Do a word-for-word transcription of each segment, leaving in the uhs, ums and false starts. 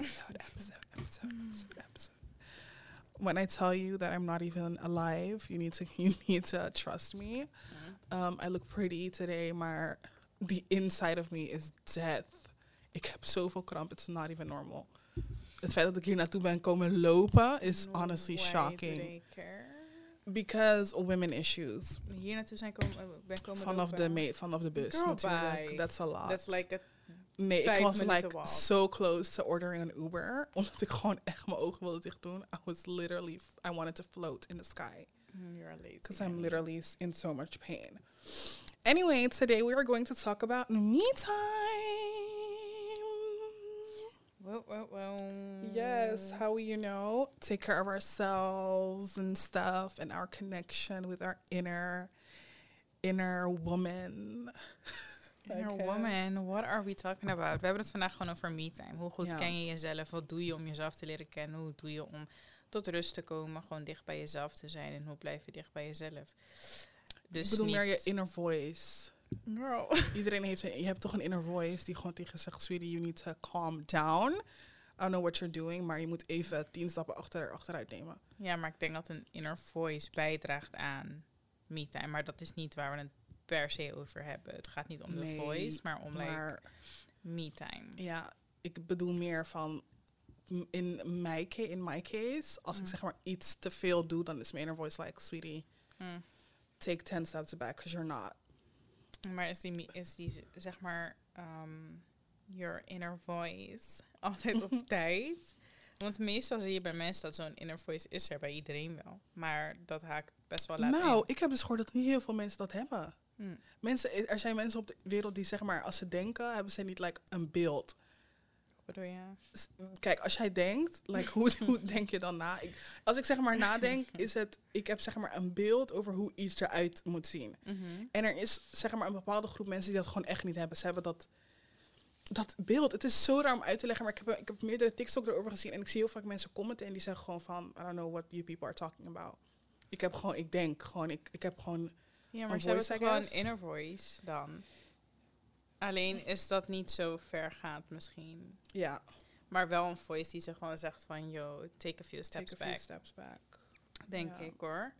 episode, episode, episode, episode, episode. When I tell you that I'm not even alive, you need to you need to trust me. Um, I look pretty today, maar the inside of me is death. Ik heb zoveel kramp, it's not even normal. Het feit dat ik hier naartoe ben komen lopen is honestly Why shocking. do they care? Because of women issues. Hier naartoe zijn komen, uh, ben komen Vanaf de, lopen. me- vanaf de bus Girl, natuurlijk. bye. That's a lot. That's like a Nee, ik vijf was minuten like walk. so close to ordering an Uber. Omdat ik gewoon echt mijn ogen wilde dicht doen. I was literally, I wanted to float in the sky. mm, you're lazy. Because I'm literally s- in so much pain. Anyway, today we are going to talk about me time. Whoa, whoa, whoa. Yes, how we, you know, take care of ourselves and stuff. And our connection with our inner, inner woman. I Inner guess. woman, what are we talking about? We hebben het vandaag gewoon over me-time. Hoe goed Ja. ken je jezelf? Wat doe je om jezelf te leren kennen? Hoe doe je om tot rust te komen? Gewoon dicht bij jezelf te zijn. En hoe blijf je dicht bij jezelf? Dus Ik bedoel niet... meer je inner voice. Girl. Iedereen heeft, een- je hebt toch een inner voice die gewoon tegen je zegt, sweetie, you need to calm down. I don't know what you're doing, maar je moet even tien stappen achter, achteruit nemen. Ja, maar ik denk dat een inner voice bijdraagt aan me-time. Maar dat is niet waar we het per se over hebben. Het gaat niet om de Nee, voice, maar om like, Maar me-time. ja, ik bedoel meer van, m- in my, ca- in my case, als ik Mm. zeg maar iets te veel doe, dan is mijn inner voice like, sweetie, Mm. take ten steps back, because you're not. Maar is die, me- is die z- zeg maar, um, your inner voice altijd op tijd? Want meestal zie je bij mensen dat zo'n inner voice is er bij iedereen wel. Maar dat haakt best wel laat Nou, in. ik heb dus gehoord dat niet heel veel mensen dat hebben. Hm. Mensen, er zijn mensen op de wereld die zeg maar, als ze denken, hebben ze niet like een beeld. Wat bedoel je? S- Kijk, als jij denkt, like, hoe, hoe denk je dan na? Ik, als ik zeg maar nadenk, is het, ik heb zeg maar een beeld over hoe iets eruit moet zien. Mhm. En er is zeg maar een bepaalde groep mensen die dat gewoon echt niet hebben. Ze hebben dat, dat beeld. Het is zo raar om uit te leggen, maar ik heb, ik heb meerdere TikTok erover gezien en ik zie heel vaak mensen commenten en die zeggen gewoon van, I don't know what you people are talking about. Ik heb gewoon, ik denk gewoon, ik, ik heb gewoon, Ja, maar Een ze hebben voice, toch I wel een guess? inner voice dan. Alleen is dat niet zo ver gaat misschien. ja, Maar wel een voice die ze gewoon zegt van, yo, take a few steps take a back. few steps back. Denk Ja. ik hoor.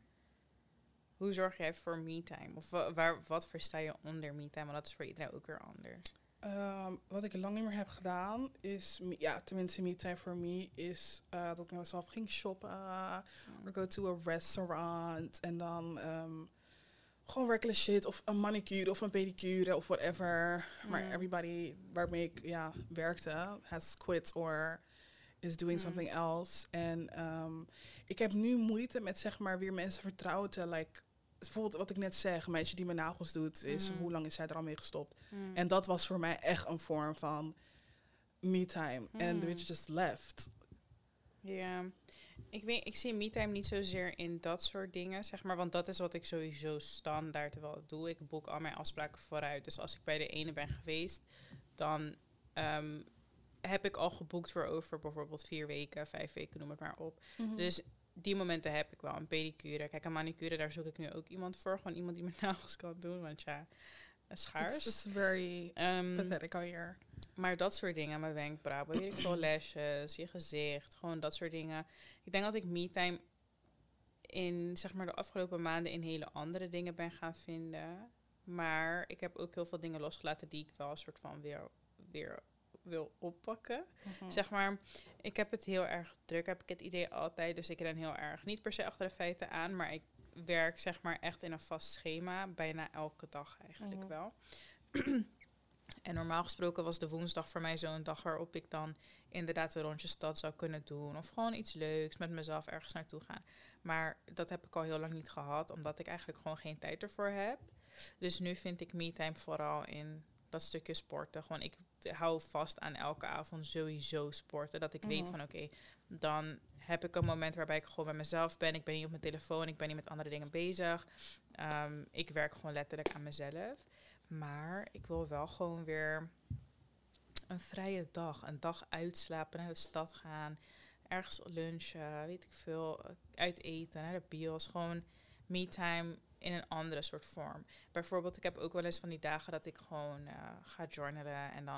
Hoe zorg jij voor me-time? Of wa- waar, wat versta je onder me-time? Want dat is voor iedereen ook weer anders. Ehm, wat ik lang niet meer heb gedaan is, me- ja, tenminste me time for me is eh, dat ik met mezelf ging shoppen, or go to a restaurant en dan ehm, gewoon regular shit of een manicure of een pedicure of whatever. Maar Mm. everybody waarmee ik ja werkte has quit or is doing Mm. something else. En ehm, ik heb nu moeite met zeg maar weer mensen vertrouwen te like. Bijvoorbeeld wat ik net zeg, een meisje die mijn nagels doet, is Mm. hoe lang is zij er al mee gestopt? Mm. En dat was voor mij echt een vorm van me-time. En the Mm. bitch just left. Ja, ik, weet, ik zie me-time niet zozeer in dat soort dingen, zeg maar. Want dat is wat ik sowieso standaard wel doe. Ik boek al mijn afspraken vooruit. Dus als ik bij de ene ben geweest, dan ehm, heb ik al geboekt voor over bijvoorbeeld vier weken, vijf weken, noem het maar op. Dus die momenten heb ik wel. Een pedicure. Kijk, een manicure, daar zoek ik nu ook iemand voor. Gewoon iemand die mijn nagels kan doen, want ja, schaars. It's, it's very Ehm, pathetic out here. maar dat soort dingen, mijn wenkbrauwen, weet ik veel, lashes, je gezicht, gewoon dat soort dingen. Ik denk dat ik me-time in, zeg maar, de afgelopen maanden in hele andere dingen ben gaan vinden. Maar ik heb ook heel veel dingen losgelaten die ik wel een soort van weer, weer wil oppakken. Mhm. Zeg maar, ik heb het heel erg druk, heb ik het idee altijd. Dus ik ren heel erg, niet per se achter de feiten aan, maar ik werk zeg maar echt in een vast schema. Bijna elke dag eigenlijk Mhm. wel. En normaal gesproken was de woensdag voor mij zo'n dag waarop ik dan inderdaad een rondje stad zou kunnen doen. Of gewoon iets leuks met mezelf ergens naartoe gaan. Maar dat heb ik al heel lang niet gehad, omdat ik eigenlijk gewoon geen tijd ervoor heb. Dus nu vind ik me-time vooral in dat stukje sporten. Gewoon, ik hou vast aan elke avond sowieso sporten. Dat ik weet Mhm. van oké, dan heb ik een moment waarbij ik gewoon bij mezelf ben. Ik ben niet op mijn telefoon, ik ben niet met andere dingen bezig. Ehm, ik werk gewoon letterlijk aan mezelf. Maar ik wil wel gewoon weer een vrije dag. Een dag uitslapen, naar de stad gaan. Ergens lunchen, weet ik veel. Uit eten, naar de bios. Gewoon me-time in een andere soort vorm. Bijvoorbeeld, ik heb ook wel eens van die dagen dat ik gewoon uh, ga journalen. En dan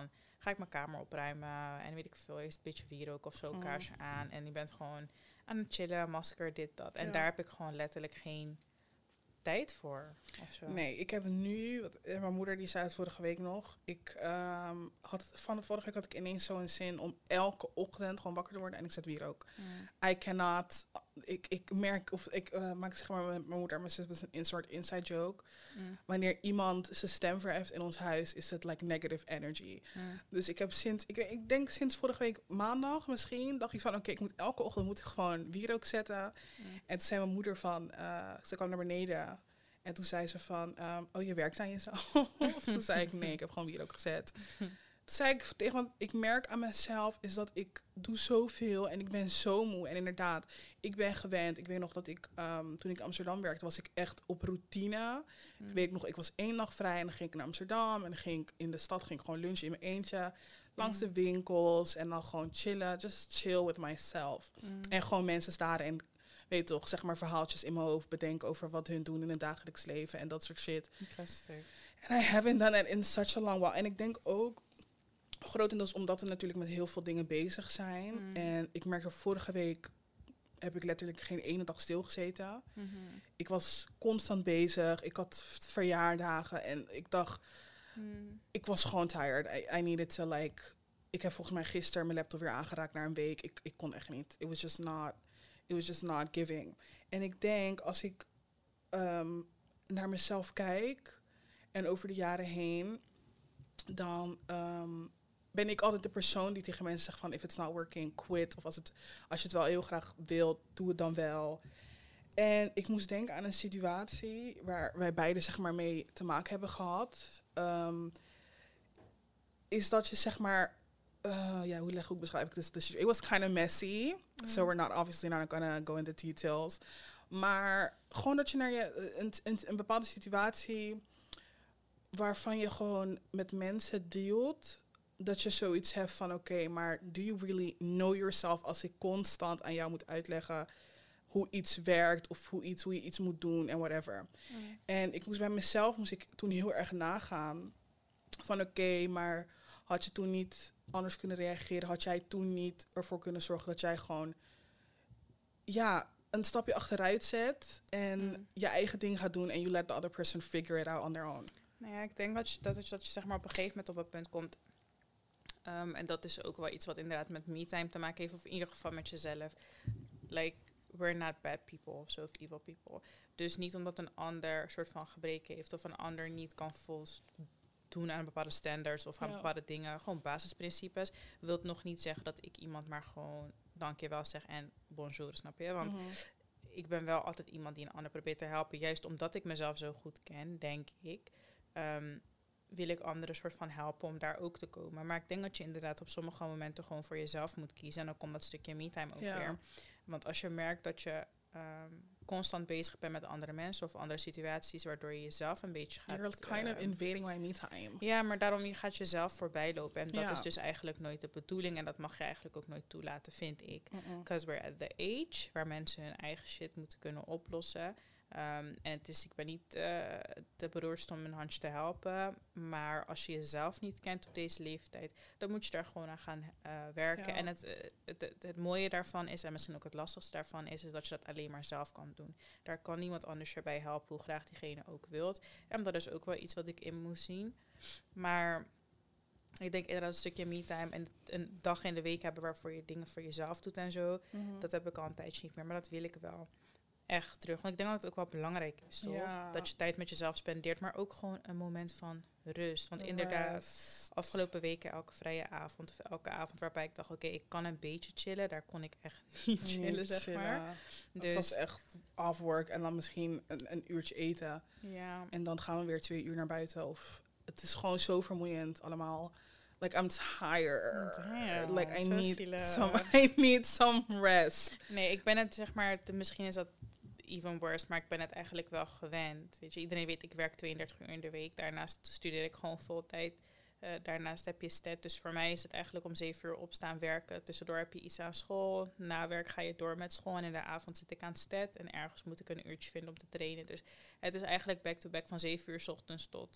ga ik mijn kamer opruimen en weet ik veel, is het een beetje wierook of zo, Mm. kaarsje aan. En je bent gewoon aan het chillen, masker, dit, dat. En Ja. daar heb ik gewoon letterlijk geen tijd voor. Of zo. Nee, ik heb nu, wat, eh, mijn moeder die zei het vorige week nog. Ik ehm, had, van de vorige week had ik ineens zo'n zin om elke ochtend gewoon wakker te worden en ik zet wierook. Mm. I cannot, ik, ik merk, of ik uh, maak zeg maar met mijn moeder en mijn zus met een soort inside joke. Mm. Wanneer iemand zijn stem verheft in ons huis, is het like negative energy. Mm. Dus ik heb sinds, ik, weet- ik denk sinds vorige week maandag misschien, dacht ik van oké, ik moet elke ochtend moet ik gewoon wierook zetten. Mm. En toen zei mijn moeder van, uh, ze kwam naar beneden. En toen zei ze van, um, oh, je werkt aan jezelf. Toen zei ik, nee, ik heb gewoon wierook gezet. Toen zei ik tegen, want ik merk aan mezelf, is dat ik doe zoveel en ik ben zo moe. En inderdaad, ik ben gewend. Ik weet nog dat ik, um, toen ik in Amsterdam werkte, was ik echt op routine. Mm. Ik weet nog, ik was één dag vrij en dan ging ik naar Amsterdam. En dan ging ik in de stad ging ik gewoon lunchen in mijn eentje. Langs Mm. de winkels en dan gewoon chillen. Just chill with myself. Mm. En gewoon mensen staan en, weet je toch, zeg maar verhaaltjes in mijn hoofd bedenken over wat hun doen in het dagelijks leven en dat soort shit. Interesting. And I haven't done that in such a long while. En ik denk ook, grotendeels omdat we natuurlijk met heel veel dingen bezig zijn. Mm. En ik merkte vorige week, heb ik letterlijk geen ene dag stilgezeten. Mhm. Ik was constant bezig. Ik had verjaardagen en ik dacht, Mm. ik was gewoon tired. I, I needed to like, ik heb volgens mij gisteren mijn laptop weer aangeraakt na een week. Ik, ik kon echt niet. It was just not, it was just not giving. En ik denk, als ik um, naar mezelf kijk en over de jaren heen, dan um, ben ik altijd de persoon die tegen mensen zegt van, if it's not working, quit. Of als, het, als je het wel heel graag wilt, doe het dan wel. En ik moest denken aan een situatie waar wij beiden zeg maar mee te maken hebben gehad. Um, is dat je zeg maar, uh, ja, hoe, leg, hoe beschrijf ik dit? Dus it was kind of messy. Mm. So we're not obviously not gonna go into details. Maar gewoon dat je naar je een, een, een bepaalde situatie waarvan je gewoon met mensen dealt, dat je zoiets hebt van oké, okay, maar do you really know yourself als ik constant aan jou moet uitleggen hoe iets werkt of hoe, iets, hoe je iets moet doen en whatever. Mm. En ik moest bij mezelf, moest ik toen heel erg nagaan van oké, okay, maar had je toen niet anders kunnen reageren? Had jij toen niet ervoor kunnen zorgen dat jij gewoon, ja, een stapje achteruit zet en Mm. je eigen ding gaat doen en you let the other person figure it out on their own? Nou ja, ik denk dat je, dat, je, dat je zeg maar op een gegeven moment op het punt komt. Um, en dat is ook wel iets wat inderdaad met me-time te maken heeft, of in ieder geval met jezelf. Like, we're not bad people of zo, of evil people. Dus niet omdat een ander soort van gebreken heeft of een ander niet kan voldoen aan bepaalde standards of aan Ja. bepaalde dingen, gewoon basisprincipes, wil het nog niet zeggen dat ik iemand maar gewoon dankjewel zeg en bonjour, snap je? Want Mm-hmm. ik ben wel altijd iemand die een ander probeert te helpen, juist omdat ik mezelf zo goed ken, denk ik. Um, wil ik anderen soort van helpen om daar ook te komen. Maar ik denk dat je inderdaad op sommige momenten gewoon voor jezelf moet kiezen. En dan komt dat stukje me-time ook Ja. weer. Want als je merkt dat je um, constant bezig bent met andere mensen of andere situaties, waardoor je jezelf een beetje gaat... You're kind of uh, invading my me-time. Ja, maar daarom je gaat jezelf voorbij lopen. En dat Ja. is dus eigenlijk nooit de bedoeling. En dat mag je eigenlijk ook nooit toelaten, vind ik. Mm-mm. Because we're at the age waar mensen hun eigen shit moeten kunnen oplossen. Um, en het is, ik ben niet uh, de beroerdste om een handje te helpen. Maar als je jezelf niet kent op deze leeftijd, dan moet je daar gewoon aan gaan uh, werken. Ja. En het, uh, het, het, het mooie daarvan is, en misschien ook het lastigste daarvan is, is dat je dat alleen maar zelf kan doen. Daar kan niemand anders je bij helpen, hoe graag diegene ook wilt. En dat is ook wel iets wat ik in moet zien. Maar ik denk inderdaad een stukje me-time en een dag in de week hebben waarvoor je dingen voor jezelf doet en zo. Mm-hmm. Dat heb ik al een tijdje niet meer, maar dat wil ik wel echt terug. Want ik denk dat het ook wel belangrijk is, toch? Ja. Dat je tijd met jezelf spendeert, maar ook gewoon een moment van rust. Want inderdaad, Rest. afgelopen weken elke vrije avond of elke avond waarbij ik dacht, oké, okay, ik kan een beetje chillen. Daar kon ik echt niet chillen, Niet zeg chillen. maar. Het Dus was echt off work en dan misschien een, een uurtje eten. ja, En dan gaan we weer twee uur naar buiten. Of het is gewoon zo vermoeiend allemaal. Like I'm tired. Damn, like I zo need zielig. some I need some rest. nee, ik ben het zeg maar, te, misschien is dat even worse, maar ik ben het eigenlijk wel gewend. Weet je, iedereen weet, ik werk tweeëndertig uur in de week. Daarnaast studeer ik gewoon voltijd. Uh, daarnaast heb je stat. Dus voor mij is het eigenlijk om zeven uur opstaan werken. Tussendoor heb je iets aan school. Na werk ga je door met school. En in de avond zit ik aan stat. En ergens moet ik een uurtje vinden om te trainen. Dus het is eigenlijk back-to-back van zeven uur 's ochtends tot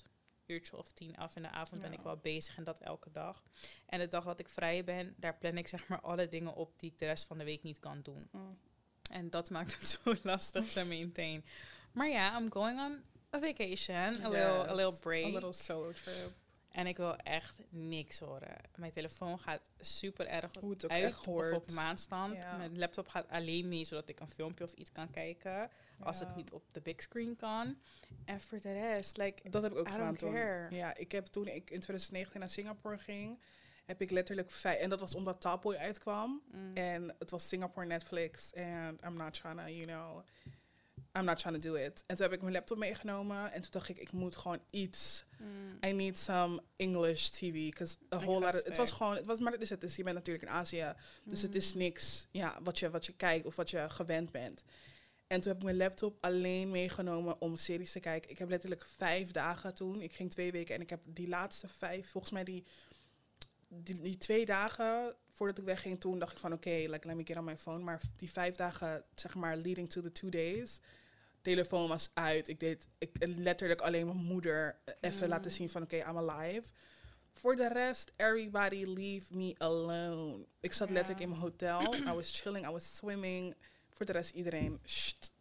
uurtje of tien af in de avond Ja. ben ik wel bezig en dat elke dag. En de dag dat ik vrij ben, daar plan ik zeg maar alle dingen op die ik de rest van de week niet kan doen. Mm. En dat maakt het zo lastig te maintain. Maar ja, I'm going on a vacation, a, little, a little break. A little solo trip. En ik wil echt niks horen. Mijn telefoon gaat super erg Hoe het ook uit echt hoort. of op maanstand. Ja. Mijn laptop gaat alleen mee, zodat ik een filmpje of iets kan kijken. Als Ja. het niet op de big screen kan. En voor de rest, like, Dat heb ik ook I gedaan don't toen. care. Ja, ik heb toen ik in twintig negentien naar Singapore ging, heb ik letterlijk vijf... En dat was omdat Top Boy uitkwam. Mm. En het was Singapore Netflix. And I'm not trying to, you know... I'm not trying to do it. En toen heb ik mijn laptop meegenomen. En toen dacht ik, ik moet gewoon iets... Mm. I need some English T V. Because a Ik whole ga lot of... Het was stuk. gewoon... Het was, maar het is het. Dus je bent natuurlijk in Azië. Dus het is Mm. niks ja, wat, je, wat je kijkt of wat je gewend bent. En toen heb ik mijn laptop alleen meegenomen om series te kijken. Ik heb letterlijk vijf dagen toen. Ik ging twee weken en ik heb die laatste vijf... Volgens mij die, die, die twee dagen voordat ik wegging toen dacht ik van... Oké, okay, like, let me get on my phone. Maar die vijf dagen, zeg maar, leading to the two days... Telefoon was uit. Ik deed ik, letterlijk alleen mijn moeder even Mm. laten zien van... Oké, okay, I'm alive. Voor de rest, everybody leave me alone. Ik zat Ja. letterlijk in mijn hotel. I was chilling, I was swimming. Voor de rest iedereen... Sst.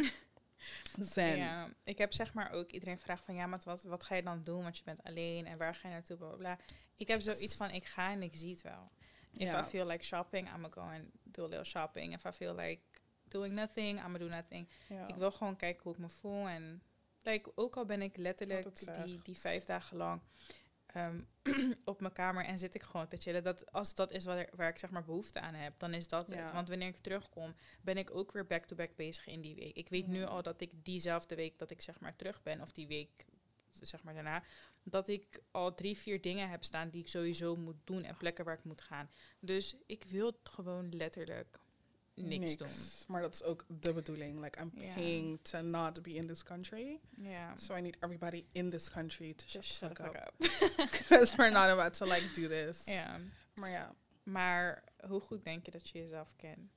Zen. Ja, ik heb zeg maar ook iedereen vraagt van ja, maar wat, wat ga je dan doen? Want je bent alleen en waar ga je naartoe? Bla, bla, bla. Ik heb zoiets van ik ga en ik zie het wel. If Ja. I feel like shopping, I'm gonna go and do a little shopping. If I feel like doing nothing, I'm gonna do nothing. Ja. Ik wil gewoon kijken hoe ik me voel. En like, ook al ben ik letterlijk Wat het die, zegt. die vijf dagen lang ehm, op mijn kamer en zit ik gewoon te chillen. Dat, als dat is waar, er- waar ik zeg maar behoefte aan heb, dan is dat Ja. het. Want wanneer ik terugkom, ben ik ook weer back-to-back bezig in die week. Ik weet nu Ja. al dat ik diezelfde week dat ik zeg maar terug ben, of die week zeg maar daarna, dat ik al drie, vier dingen heb staan die ik sowieso moet doen en plekken waar ik moet gaan. Dus ik wil gewoon letterlijk niks, doen. Maar dat is ook de bedoeling. Like, I'm Ja. paying to not be in this country. Ja. So I need everybody in this country to shut Just the shut fuck the up. fuck up. Because we're not about to, like, do this. Ja. Maar ja. Maar hoe goed denk je dat je jezelf kent?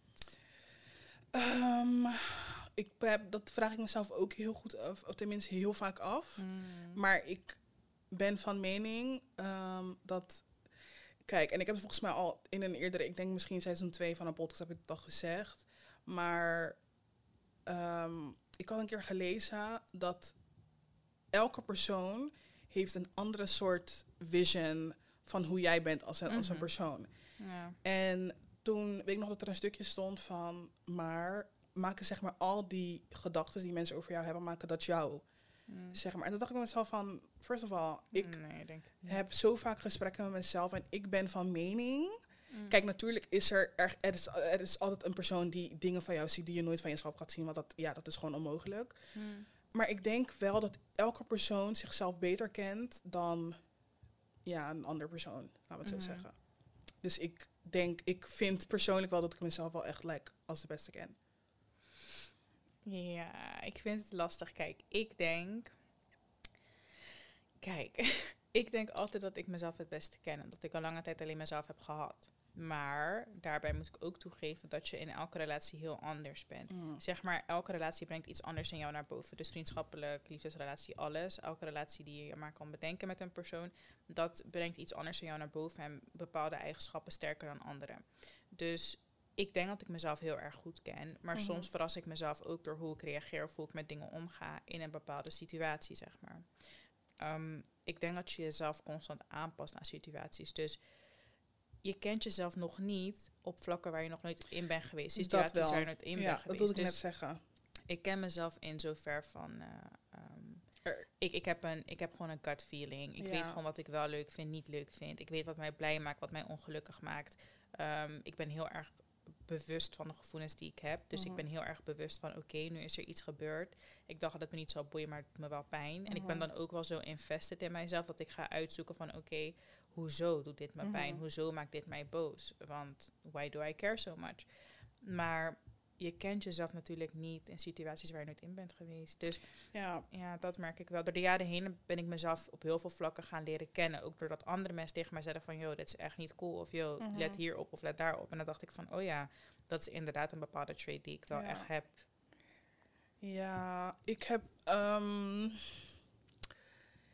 Um, ik heb, dat vraag ik mezelf ook heel goed af. Of tenminste heel vaak af. Mm. Maar ik ben van mening um, dat... Kijk, en ik heb het volgens mij al in een eerdere... Ik denk misschien seizoen twee van een podcast heb ik het al gezegd. Maar um, ik had een keer gelezen dat elke persoon heeft een andere soort vision van hoe jij bent als een, als een Mhm. persoon. Ja. En toen weet ik nog dat er een stukje stond van... Maar maken zeg maar al die gedachten die mensen over jou hebben... maken dat jou, Mm. zeg maar. En toen dacht ik bij mezelf van... First of all, ik Nee, ik denk het niet. heb zo vaak gesprekken met mezelf... en ik ben van mening... Mm. Kijk, natuurlijk is er, er, er, is, er is altijd een persoon die dingen van jou ziet... die je nooit van jezelf gaat zien, want dat, ja, dat is gewoon onmogelijk. Mm. Maar ik denk wel dat elke persoon zichzelf beter kent... dan ja, een andere persoon, laten we het zo Mhm. zeggen. Dus ik denk, ik vind persoonlijk wel dat ik mezelf wel echt like, als de beste ken. Ja, ik vind het lastig. Kijk, ik denk... Kijk, ik denk altijd dat ik mezelf het beste ken. En dat ik al lange tijd alleen mezelf heb gehad. Maar daarbij moet ik ook toegeven dat je in elke relatie heel anders bent. Mm. Zeg maar, elke relatie brengt iets anders in jou naar boven. Dus vriendschappelijk, liefdesrelatie, alles. Elke relatie die je maar kan bedenken met een persoon... dat brengt iets anders in jou naar boven... en bepaalde eigenschappen sterker dan andere. Dus ik denk dat ik mezelf heel erg goed ken. Maar Mhm. soms verras ik mezelf ook door hoe ik reageer... of hoe ik met dingen omga in een bepaalde situatie, zeg maar. Ehm, ik denk dat je jezelf constant aanpast aan situaties. Dus je kent jezelf nog niet op vlakken waar je nog nooit in bent geweest. Dat Situaties wel. waar je nooit in Ja, bent dat geweest. wilde ik Dus net zeggen. ik ken mezelf in zover van... eh, ehm, Er- ik, ik, heb een, ik heb gewoon een gut feeling. Ik Ja. weet gewoon wat ik wel leuk vind, niet leuk vind. Ik weet wat mij blij maakt, wat mij ongelukkig maakt. Ehm, ik ben heel erg bewust van de gevoelens die ik heb. Dus Mhm. ik ben heel erg bewust van... oké, nu is er iets gebeurd. Ik dacht dat het me niet zou boeien, maar het doet me wel pijn. En ik ben Mhm. dan ook wel zo invested in mijzelf... dat ik ga uitzoeken van... oké, hoezo doet dit me pijn? Mhm. Hoezo maakt dit mij boos? Want why do I care so much? Maar je kent jezelf natuurlijk niet in situaties waar je nooit in bent geweest. Dus Ja, ja, dat merk ik wel. Door de jaren heen ben ik mezelf op heel veel vlakken gaan leren kennen. Ook doordat andere mensen tegen mij zeiden van... joh, dit is echt niet cool. Of joh, Mhm. let hierop of let daarop. En dan dacht ik van, oh ja, dat is inderdaad een bepaalde trait die ik wel Ja. echt heb. ja, ik heb... ehm,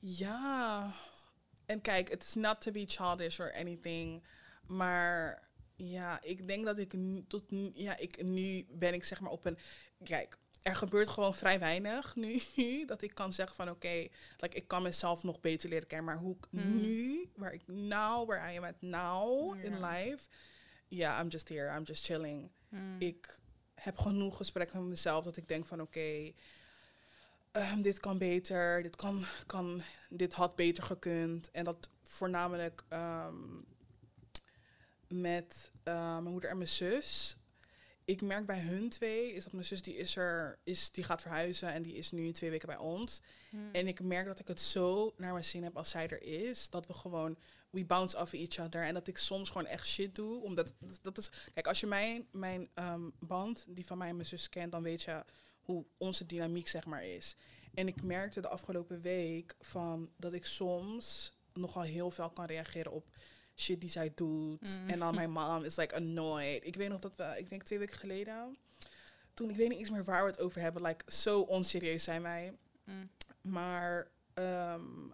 Ja. En kijk, het is not to be childish or anything. Maar ja, ik denk dat ik nu, tot nu, ja, ik, nu ben ik zeg maar op een, kijk, er gebeurt gewoon vrij weinig nu, dat ik kan zeggen van oké, okay, like, ik kan mezelf nog beter leren kennen. Maar hoe ik Hmm. nu, waar ik now, where I am at now Ja. in life, ja, yeah, I'm just here, I'm just chilling. Hmm. Ik heb genoeg gesprekken met mezelf dat ik denk van oké, okay, um, dit kan beter, dit, kan, kan, dit had beter gekund. En dat voornamelijk um, met uh, mijn moeder en mijn zus. Ik merk bij hun twee, is dat mijn zus die is er, is, die gaat verhuizen en die is nu twee weken bij ons. Hmm. En ik merk dat ik het zo naar mijn zin heb als zij er is, dat we gewoon, we bounce off each other. En dat ik soms gewoon echt shit doe, omdat, dat, dat is, kijk, als je mijn, mijn um, band, die van mij en mijn zus kent, dan weet je hoe onze dynamiek zeg maar is. En ik merkte de afgelopen week van dat ik soms nogal heel veel kan reageren op shit die zij doet. Mm. En dan mijn mom is like annoyed. Ik weet nog dat we, ik denk twee weken geleden, toen, ik weet niet eens meer waar we het over hebben, like zo onserieus zijn wij. Mm. Maar um,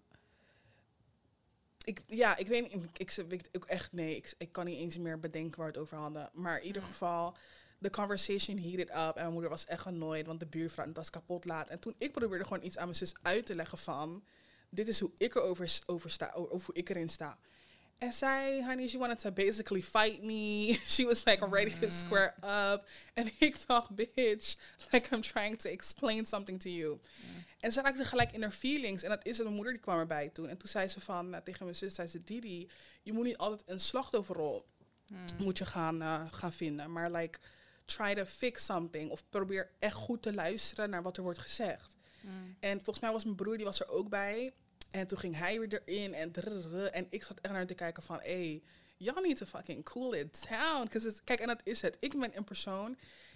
ik, ja, ik weet niet, ik, ik, ik, ik echt, nee, ik, ik kan niet eens meer bedenken waar we het over hadden. Maar in ieder Mm. geval, de conversation heated up en mijn moeder was echt annoyed, want de buurvrouw het was kapot laat. En toen ik probeerde gewoon iets aan mijn zus uit te leggen van, dit is hoe ik erover over sta, over hoe ik erin sta. En zij, honey, she wanted to basically fight me. She was like ready to square up. En ik dacht, bitch, like I'm trying to explain something to you. Mm. En ze raakte gelijk in haar feelings. En dat is het, mijn moeder die kwam erbij toen. En toen zei ze van, uh, tegen mijn zus, zei ze, Didi, je moet niet altijd een slachtofferrol Mm. moet je gaan, uh, gaan vinden. Maar like, try to fix something. Of probeer echt goed te luisteren naar wat er wordt gezegd. Mm. En volgens mij was mijn broer, die was er ook bij. En toen ging hij weer erin en drrrr, en ik zat echt naar te kijken van, hey, y'all need to fucking cool it down. It's, kijk, en dat is het. Ik ben een persoon,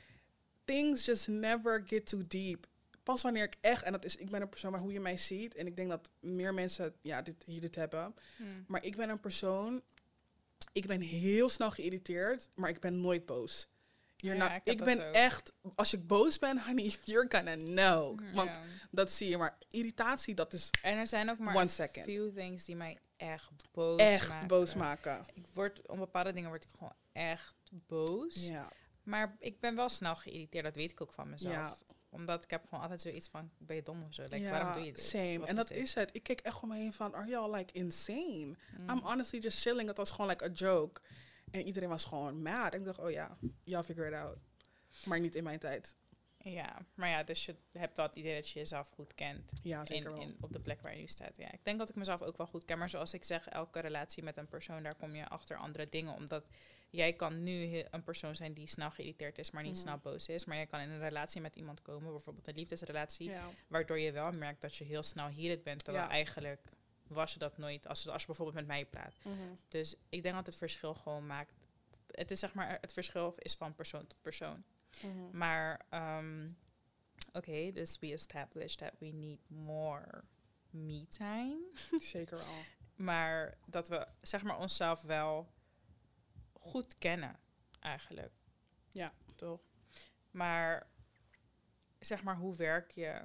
things just never get too deep. Pas wanneer ik echt, en dat is, ik ben een persoon, maar hoe je mij ziet, en ik denk dat meer mensen ja, dit, hier dit hebben. Mm. Maar ik ben een persoon, ik ben heel snel geïrriteerd, maar ik ben nooit boos. You're Ja, not, ik heb ik dat ben ook. echt, als ik boos ben, honey, you're gonna know. Want Ja. dat zie je, maar irritatie, dat is En er zijn ook maar one second. few things die mij echt boos echt maken. boos maken. Ik word, om bepaalde dingen word ik gewoon echt boos. Ja. Maar ik ben wel snel geïrriteerd, dat weet ik ook van mezelf. Ja. Omdat ik heb gewoon altijd zoiets van, ben je dom of zo? Like, Ja, waarom doe je dit? same. Wat En dat dit? is het. Ik keek echt om me heen van, are y'all like insane? Mm. I'm honestly just chilling. Het was gewoon like a joke. En iedereen was gewoon mad. En ik dacht, oh ja, y'all figure it out. Maar niet in mijn tijd. Ja, maar ja, dus je hebt wel het idee dat je jezelf goed kent. Ja, zeker in, wel. in, op de plek waar je nu staat. Ja, ik denk dat ik mezelf ook wel goed ken. Maar zoals ik zeg, elke relatie met een persoon, daar kom je achter andere dingen. Omdat jij kan nu he- een persoon zijn die snel geïrriteerd is, maar niet Mhm. snel boos is. Maar jij kan in een relatie met iemand komen, bijvoorbeeld een liefdesrelatie, Ja. waardoor je wel merkt dat je heel snel heated bent. Terwijl Ja. eigenlijk was je dat nooit, als, als je bijvoorbeeld met mij praat. Mhm. Dus ik denk dat het verschil gewoon maakt. Het is zeg maar, het verschil is van persoon tot persoon. Mhm. Maar, um, oké, okay, dus we established that we need more me time. Zeker wel. Maar dat we, zeg maar, onszelf wel goed kennen, eigenlijk. Ja. Toch? Maar, zeg maar, hoe werk je?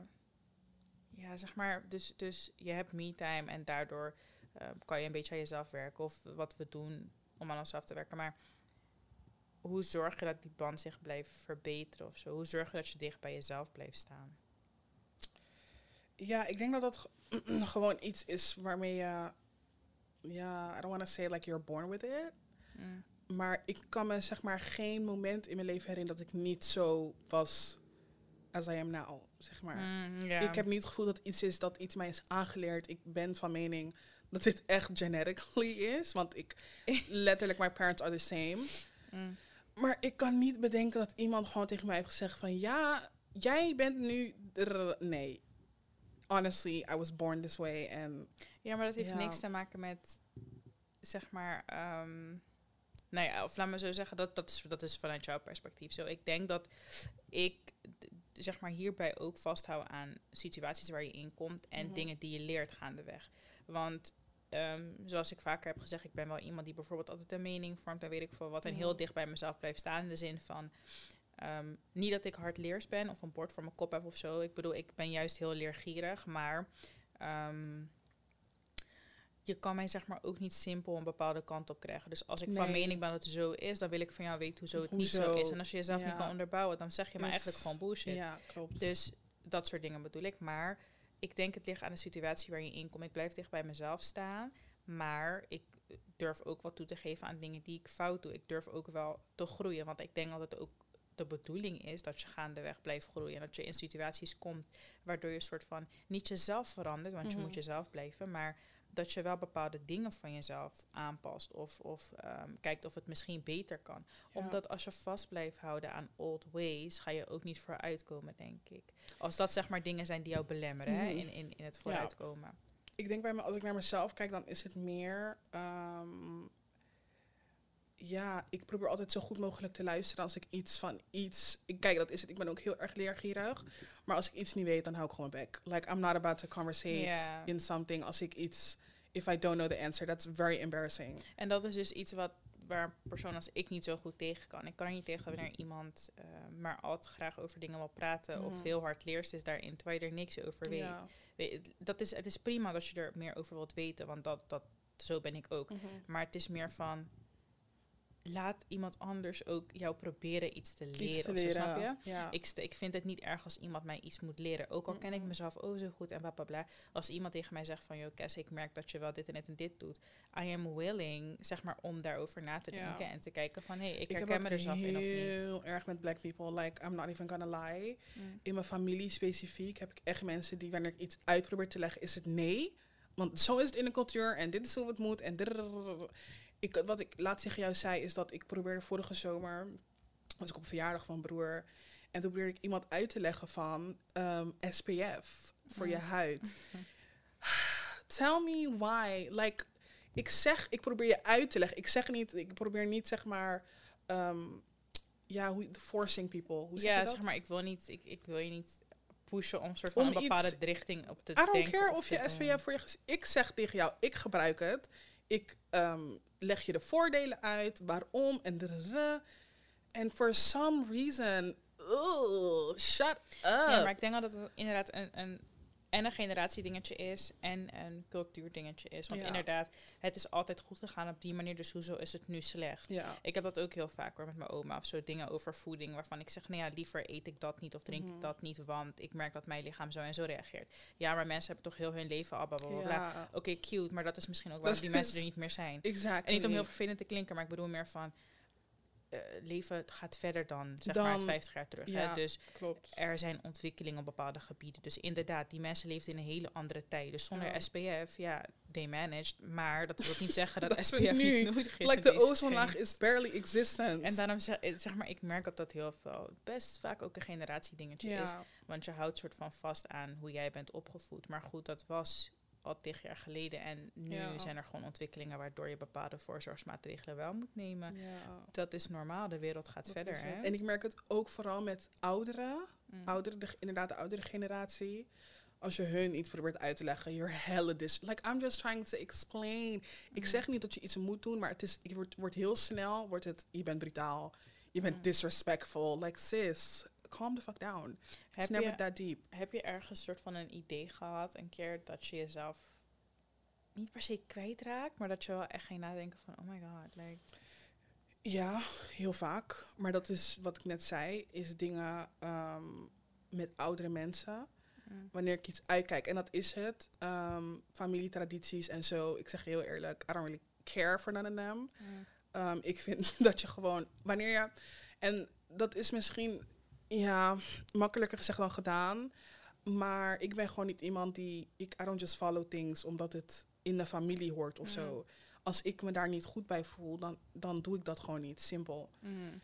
Ja, zeg maar, dus, dus je hebt me time en daardoor uh, kan je een beetje aan jezelf werken. Of wat we doen om aan onszelf te werken. Maar hoe zorg je dat die band zich blijft verbeteren of zo? Hoe zorg je dat je dicht bij jezelf blijft staan? Ja, ik denk dat dat ge- gewoon iets is waarmee je... Ja, I don't want to say like you're born with it. Mm. Maar ik kan me zeg maar geen moment in mijn leven herinneren dat ik niet zo was as I am now, zeg maar. Mm, ja. Ik heb niet het gevoel dat iets is dat iets mij is aangeleerd. Ik ben van mening dat dit echt genetically is. Want ik, letterlijk, my parents are the same. Mm. Maar ik kan niet bedenken dat iemand gewoon tegen mij heeft gezegd van... Ja, jij bent nu... drrr." Nee. Honestly, I was born this way. En Ja, maar dat heeft Ja. niks te maken met, zeg maar... Um, nou ja, of laat me zo zeggen, dat, dat, is, dat is vanuit jouw perspectief zo. Ik denk dat ik, d- zeg maar, hierbij ook vasthoud aan situaties waar je in komt en Mhm. dingen die je leert gaandeweg. Want, um, zoals ik vaker heb gezegd, ik ben wel iemand die bijvoorbeeld altijd een mening vormt en weet ik veel wat. En Mhm. heel dicht bij mezelf blijft staan in de zin van... Um, niet dat ik hardleers ben of een bord voor mijn kop heb of zo. Ik bedoel, ik ben juist heel leergierig, maar... Um, je kan mij zeg maar ook niet simpel een bepaalde kant op krijgen. Dus als ik Nee. van mening ben dat het zo is, dan wil ik van jou weten hoezo het Hoezo? niet zo is. En als je jezelf Ja. niet kan onderbouwen, dan zeg je maar It's- eigenlijk gewoon bullshit. Ja, klopt. Dus dat soort dingen bedoel ik. Maar ik denk het ligt aan de situatie waar je in komt. Ik blijf dicht bij mezelf staan. Maar ik durf ook wat toe te geven aan dingen die ik fout doe. Ik durf ook wel te groeien. Want ik denk dat het ook de bedoeling is dat je gaandeweg blijft groeien. En dat je in situaties komt waardoor je een soort van niet jezelf verandert. Want Mhm. je moet jezelf blijven. Maar dat je wel bepaalde dingen van jezelf aanpast. Of, of um, kijkt of het misschien beter kan. Ja. Omdat als je vast blijft houden aan old ways, ga je ook niet vooruitkomen, denk ik. Als dat zeg maar dingen zijn die jou belemmeren hè, Mhm. in, in, in het vooruitkomen. Ik denk bij me, als ik naar mezelf kijk, dan is het meer... ehm, ja, ik probeer altijd zo goed mogelijk te luisteren als ik iets van iets... Ik, kijk, dat is het. Ik ben ook heel erg leergierig. Maar als ik iets niet weet, dan hou ik gewoon mijn bek. Like, I'm not about to conversate Ja. in something. Als ik iets... If I don't know the answer, that's very embarrassing. En dat is dus iets wat waar een persoon als ik niet zo goed tegen kan. Ik kan er niet tegen wanneer iemand uh, maar al te graag over dingen wil praten Mhm. of heel hard leerst is daarin, terwijl je er niks over weet. Ja. weet dat is, het is prima dat je er meer over wilt weten, want dat, dat, zo ben ik ook. Mhm. Maar het is meer van, laat iemand anders ook jou proberen iets te leren. Iets te of zo, leren. snap je? Ja. Ik, st- ik vind het niet erg als iemand mij iets moet leren. Ook al ken ik Mm-mm. mezelf oh zo goed en bla bla bla. Als iemand tegen mij zegt van, yo Kes, ik merk dat je wel dit en dit en dit doet. I am willing, zeg maar, om daarover na te Ja. denken en te kijken van, hé, hey, ik, Ik heb herken dat me er zelf in of niet. heel erg met black people. Like, I'm not even gonna lie. Mm. In mijn familie specifiek heb ik echt mensen die wanneer ik iets uitprobeer te leggen, is het nee. Want zo is het in de cultuur en dit is hoe het moet. En drrrr. ik, wat ik laatst tegen jou zei, is dat ik probeerde vorige zomer, was ik op een verjaardag van mijn broer. En toen probeerde ik iemand uit te leggen van um, S P F voor Mm. je huid. Tell me why. Like, ik zeg, ik probeer je uit te leggen. Ik zeg niet, ik probeer niet zeg maar, um, ja, hoe forcing people. Hoe zeg Ja, je dat? zeg maar, ik wil, niet, ik, ik wil je niet pushen om, soort van Om een bepaalde iets- richting op te I don't denken. care of te je S P doen. F voor je gez- Ik zeg tegen jou, ik gebruik het. Ik um, leg je de voordelen uit, waarom en drrrr. En for some reason, ugh, shut up. Ja, maar ik denk dat het inderdaad een, een, en een generatiedingetje is en een cultuurdingetje is. Want Ja. inderdaad, het is altijd goed gegaan op die manier, dus hoezo is het nu slecht? Ja. Ik heb dat ook heel vaak hoor met mijn oma of zo dingen over voeding waarvan ik zeg, nou ja, liever eet ik dat niet of drink Mhm. ik dat niet, want ik merk dat mijn lichaam zo en zo reageert. Ja, maar mensen hebben toch heel hun leven al, bla bla bla. bla. Ja, Oké, cute, maar dat is misschien ook Dat waarom die mensen is- er niet meer zijn. exactly. En niet om heel vervelend te klinken, maar ik bedoel meer van, eh, leven gaat verder dan, zeg Dan- maar, vijftig jaar terug. ja. Hè? Dus Klopt. er zijn ontwikkelingen op bepaalde gebieden. Dus inderdaad, die mensen leefden in een hele andere tijd. Dus zonder Ja. S P F, ja, they managed. Maar dat wil niet zeggen dat, Dat S P F we nu, niet nodig is. Like, in de deze ozonlaag tijd. is barely existent. En daarom zeg, eh, zeg maar, ik merk dat dat heel veel, best vaak ook een generatiedingetje is. ja. Want je houdt soort van vast aan hoe jij bent opgevoed. Maar goed, dat was al tig jaar geleden. En nu Ja. zijn er gewoon ontwikkelingen waardoor je bepaalde voorzorgsmaatregelen wel moet nemen. Ja. Dat is normaal, de wereld gaat Dat verder. is het. Hè? En ik merk het ook vooral met ouderen. Mm. Ouderen, de, inderdaad de oudere generatie. Als je hun iets probeert uit te leggen, you're hella dis... Like, I'm just trying to explain. Ik Mm. zeg niet dat je iets moet doen, maar het is, je wordt, wordt heel snel, wordt het, je bent brutaal. Je bent Mm. disrespectful. Like, sis, calm the fuck down. It's Heb never je- that deep. Heb je ergens soort van een idee gehad, een keer dat je jezelf niet per se kwijtraakt, maar dat je wel echt ging nadenken van, oh my god, like, Ja, heel vaak. Maar dat is wat ik net zei, is dingen ehm, met oudere mensen. mm, Wanneer ik iets uitkijk. En dat is het. ehm, familietradities en zo. Ik zeg je heel eerlijk, I don't really care for none of them. mm, Um, ik vind dat je gewoon, wanneer je... En dat is misschien, ja, makkelijker gezegd dan gedaan. Maar ik ben gewoon niet iemand die... Ik, I don't just follow things omdat het in de familie hoort of Mm. zo. Als ik me daar niet goed bij voel, dan, dan doe ik dat gewoon niet. Simpel. mm,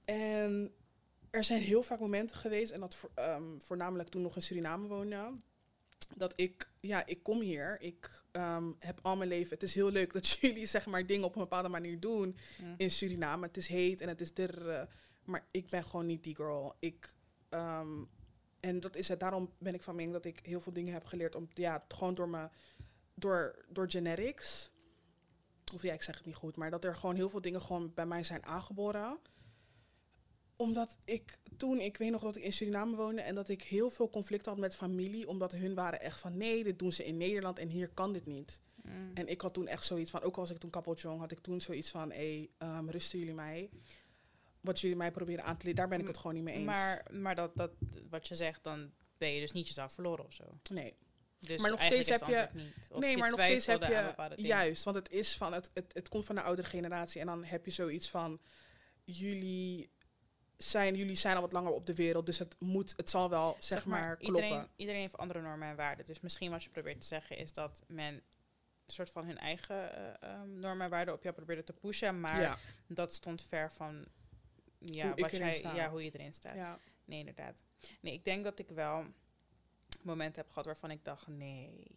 En er zijn heel vaak momenten geweest, en dat vo- ehm, voornamelijk toen nog in Suriname woonde, dat ik, ja, ik kom hier, ik ehm, heb al mijn leven, het is heel leuk dat jullie zeg maar dingen op een bepaalde manier doen mm. in Suriname. Het is heet en het is dirr, maar ik ben gewoon niet die girl. Ik, ehm, en dat is het, daarom ben ik van mening dat ik heel veel dingen heb geleerd, om, ja, gewoon door me, door, door genetics. Of ja, ik zeg het niet goed, maar dat er gewoon heel veel dingen gewoon bij mij zijn aangeboren. Omdat ik toen, ik weet nog dat ik in Suriname woonde en dat ik heel veel conflicten had met familie. Omdat hun waren echt van, nee, dit doen ze in Nederland en hier kan dit niet. Mm. En ik had toen echt zoiets van, ook als ik toen kapot jong, had ik toen zoiets van, hé, hey, um, rusten jullie mij? Wat jullie mij proberen aan te leren, daar ben ik het gewoon niet mee eens. Maar, maar dat, dat, wat je zegt, dan ben je dus niet jezelf verloren of zo. Nee. Dus maar nog steeds heb je... Niet. Of Nee, je maar nog steeds heb je... dingen. Juist, want het is van, het, het, het komt van de oudere generatie. En dan heb je zoiets van, jullie zijn, jullie zijn al wat langer op de wereld, dus het moet, het zal wel, zeg, zeg maar, maar, kloppen. Iedereen, iedereen heeft andere normen en waarden. Dus misschien wat je probeert te zeggen is dat men een soort van hun eigen uh, um, normen en waarden op jou probeerde te pushen, maar ja. dat stond ver van ja, hoe, wat jij, ja, hoe je erin staat. Ja. Nee, inderdaad. Nee, ik denk dat ik wel momenten heb gehad waarvan ik dacht, nee,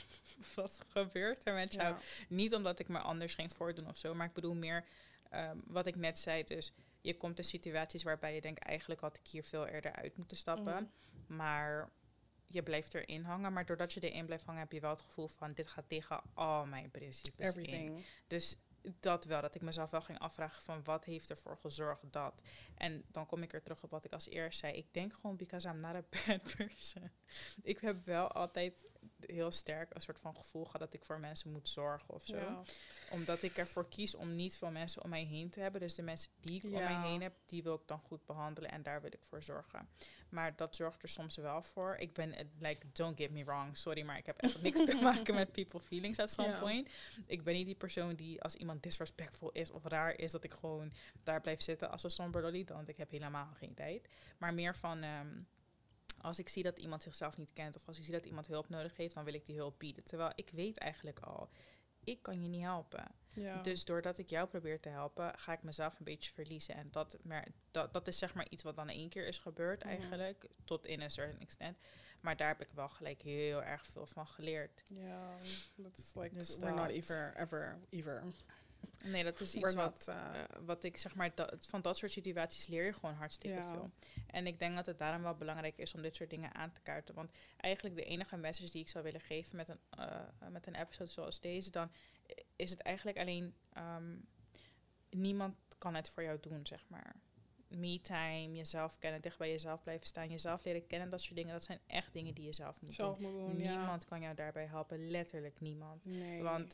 wat gebeurt er met jou? Ja. Niet omdat ik me anders ging voordoen of zo, maar ik bedoel meer um, wat ik net zei, dus je komt in situaties waarbij je denkt, eigenlijk had ik hier veel eerder uit moeten stappen. Mm. Maar je blijft erin hangen. Maar doordat je erin blijft hangen, heb je wel het gevoel van, dit gaat tegen al mijn principes Everything. in. Dus dat wel, dat ik mezelf wel ging afvragen van, wat heeft ervoor gezorgd dat? En dan kom ik er terug op wat ik als eerst zei. Ik denk gewoon, because I'm not a bad person. Ik heb wel altijd heel sterk een soort van gevoel gehad dat ik voor mensen moet zorgen of zo. Ja. Omdat ik ervoor kies om niet veel mensen om mij heen te hebben. Dus de mensen die ik ja. om mij heen heb, die wil ik dan goed behandelen en daar wil ik voor zorgen. Maar dat zorgt er soms wel voor. Ik ben, like, don't get me wrong, sorry, maar ik heb echt niks te maken met people feelings at some yeah. point. Ik ben niet die persoon die als iemand disrespectful is of raar is, dat ik gewoon daar blijf zitten als een somber lolly, want ik heb helemaal geen tijd. Maar meer van, um, als ik zie dat iemand zichzelf niet kent of als ik zie dat iemand hulp nodig heeft, dan wil ik die hulp bieden. Terwijl ik weet eigenlijk al, ik kan je niet helpen. Ja. Dus doordat ik jou probeer te helpen, ga ik mezelf een beetje verliezen. En dat, maar, dat, dat is zeg maar iets wat dan één keer is gebeurd eigenlijk. Mm. Tot in een certain extent. Maar daar heb ik wel gelijk heel erg veel van geleerd. Ja, yeah, that's like, dus we're not ever, ever, ever. Nee, dat is iets wat, uh, uh, wat ik zeg maar, dat, van dat soort situaties leer je gewoon hartstikke yeah. veel. En ik denk dat het daarom wel belangrijk is om dit soort dingen aan te kaarten. Want eigenlijk de enige message die ik zou willen geven met een, uh, met een episode zoals deze, dan is het eigenlijk alleen, um, niemand kan het voor jou doen, zeg maar. Me-time, jezelf kennen, dicht bij jezelf blijven staan, jezelf leren kennen, dat soort dingen, dat zijn echt dingen die je zelf moet zelf doen. Moet doen niemand ja. kan jou daarbij helpen, letterlijk niemand. Nee. Want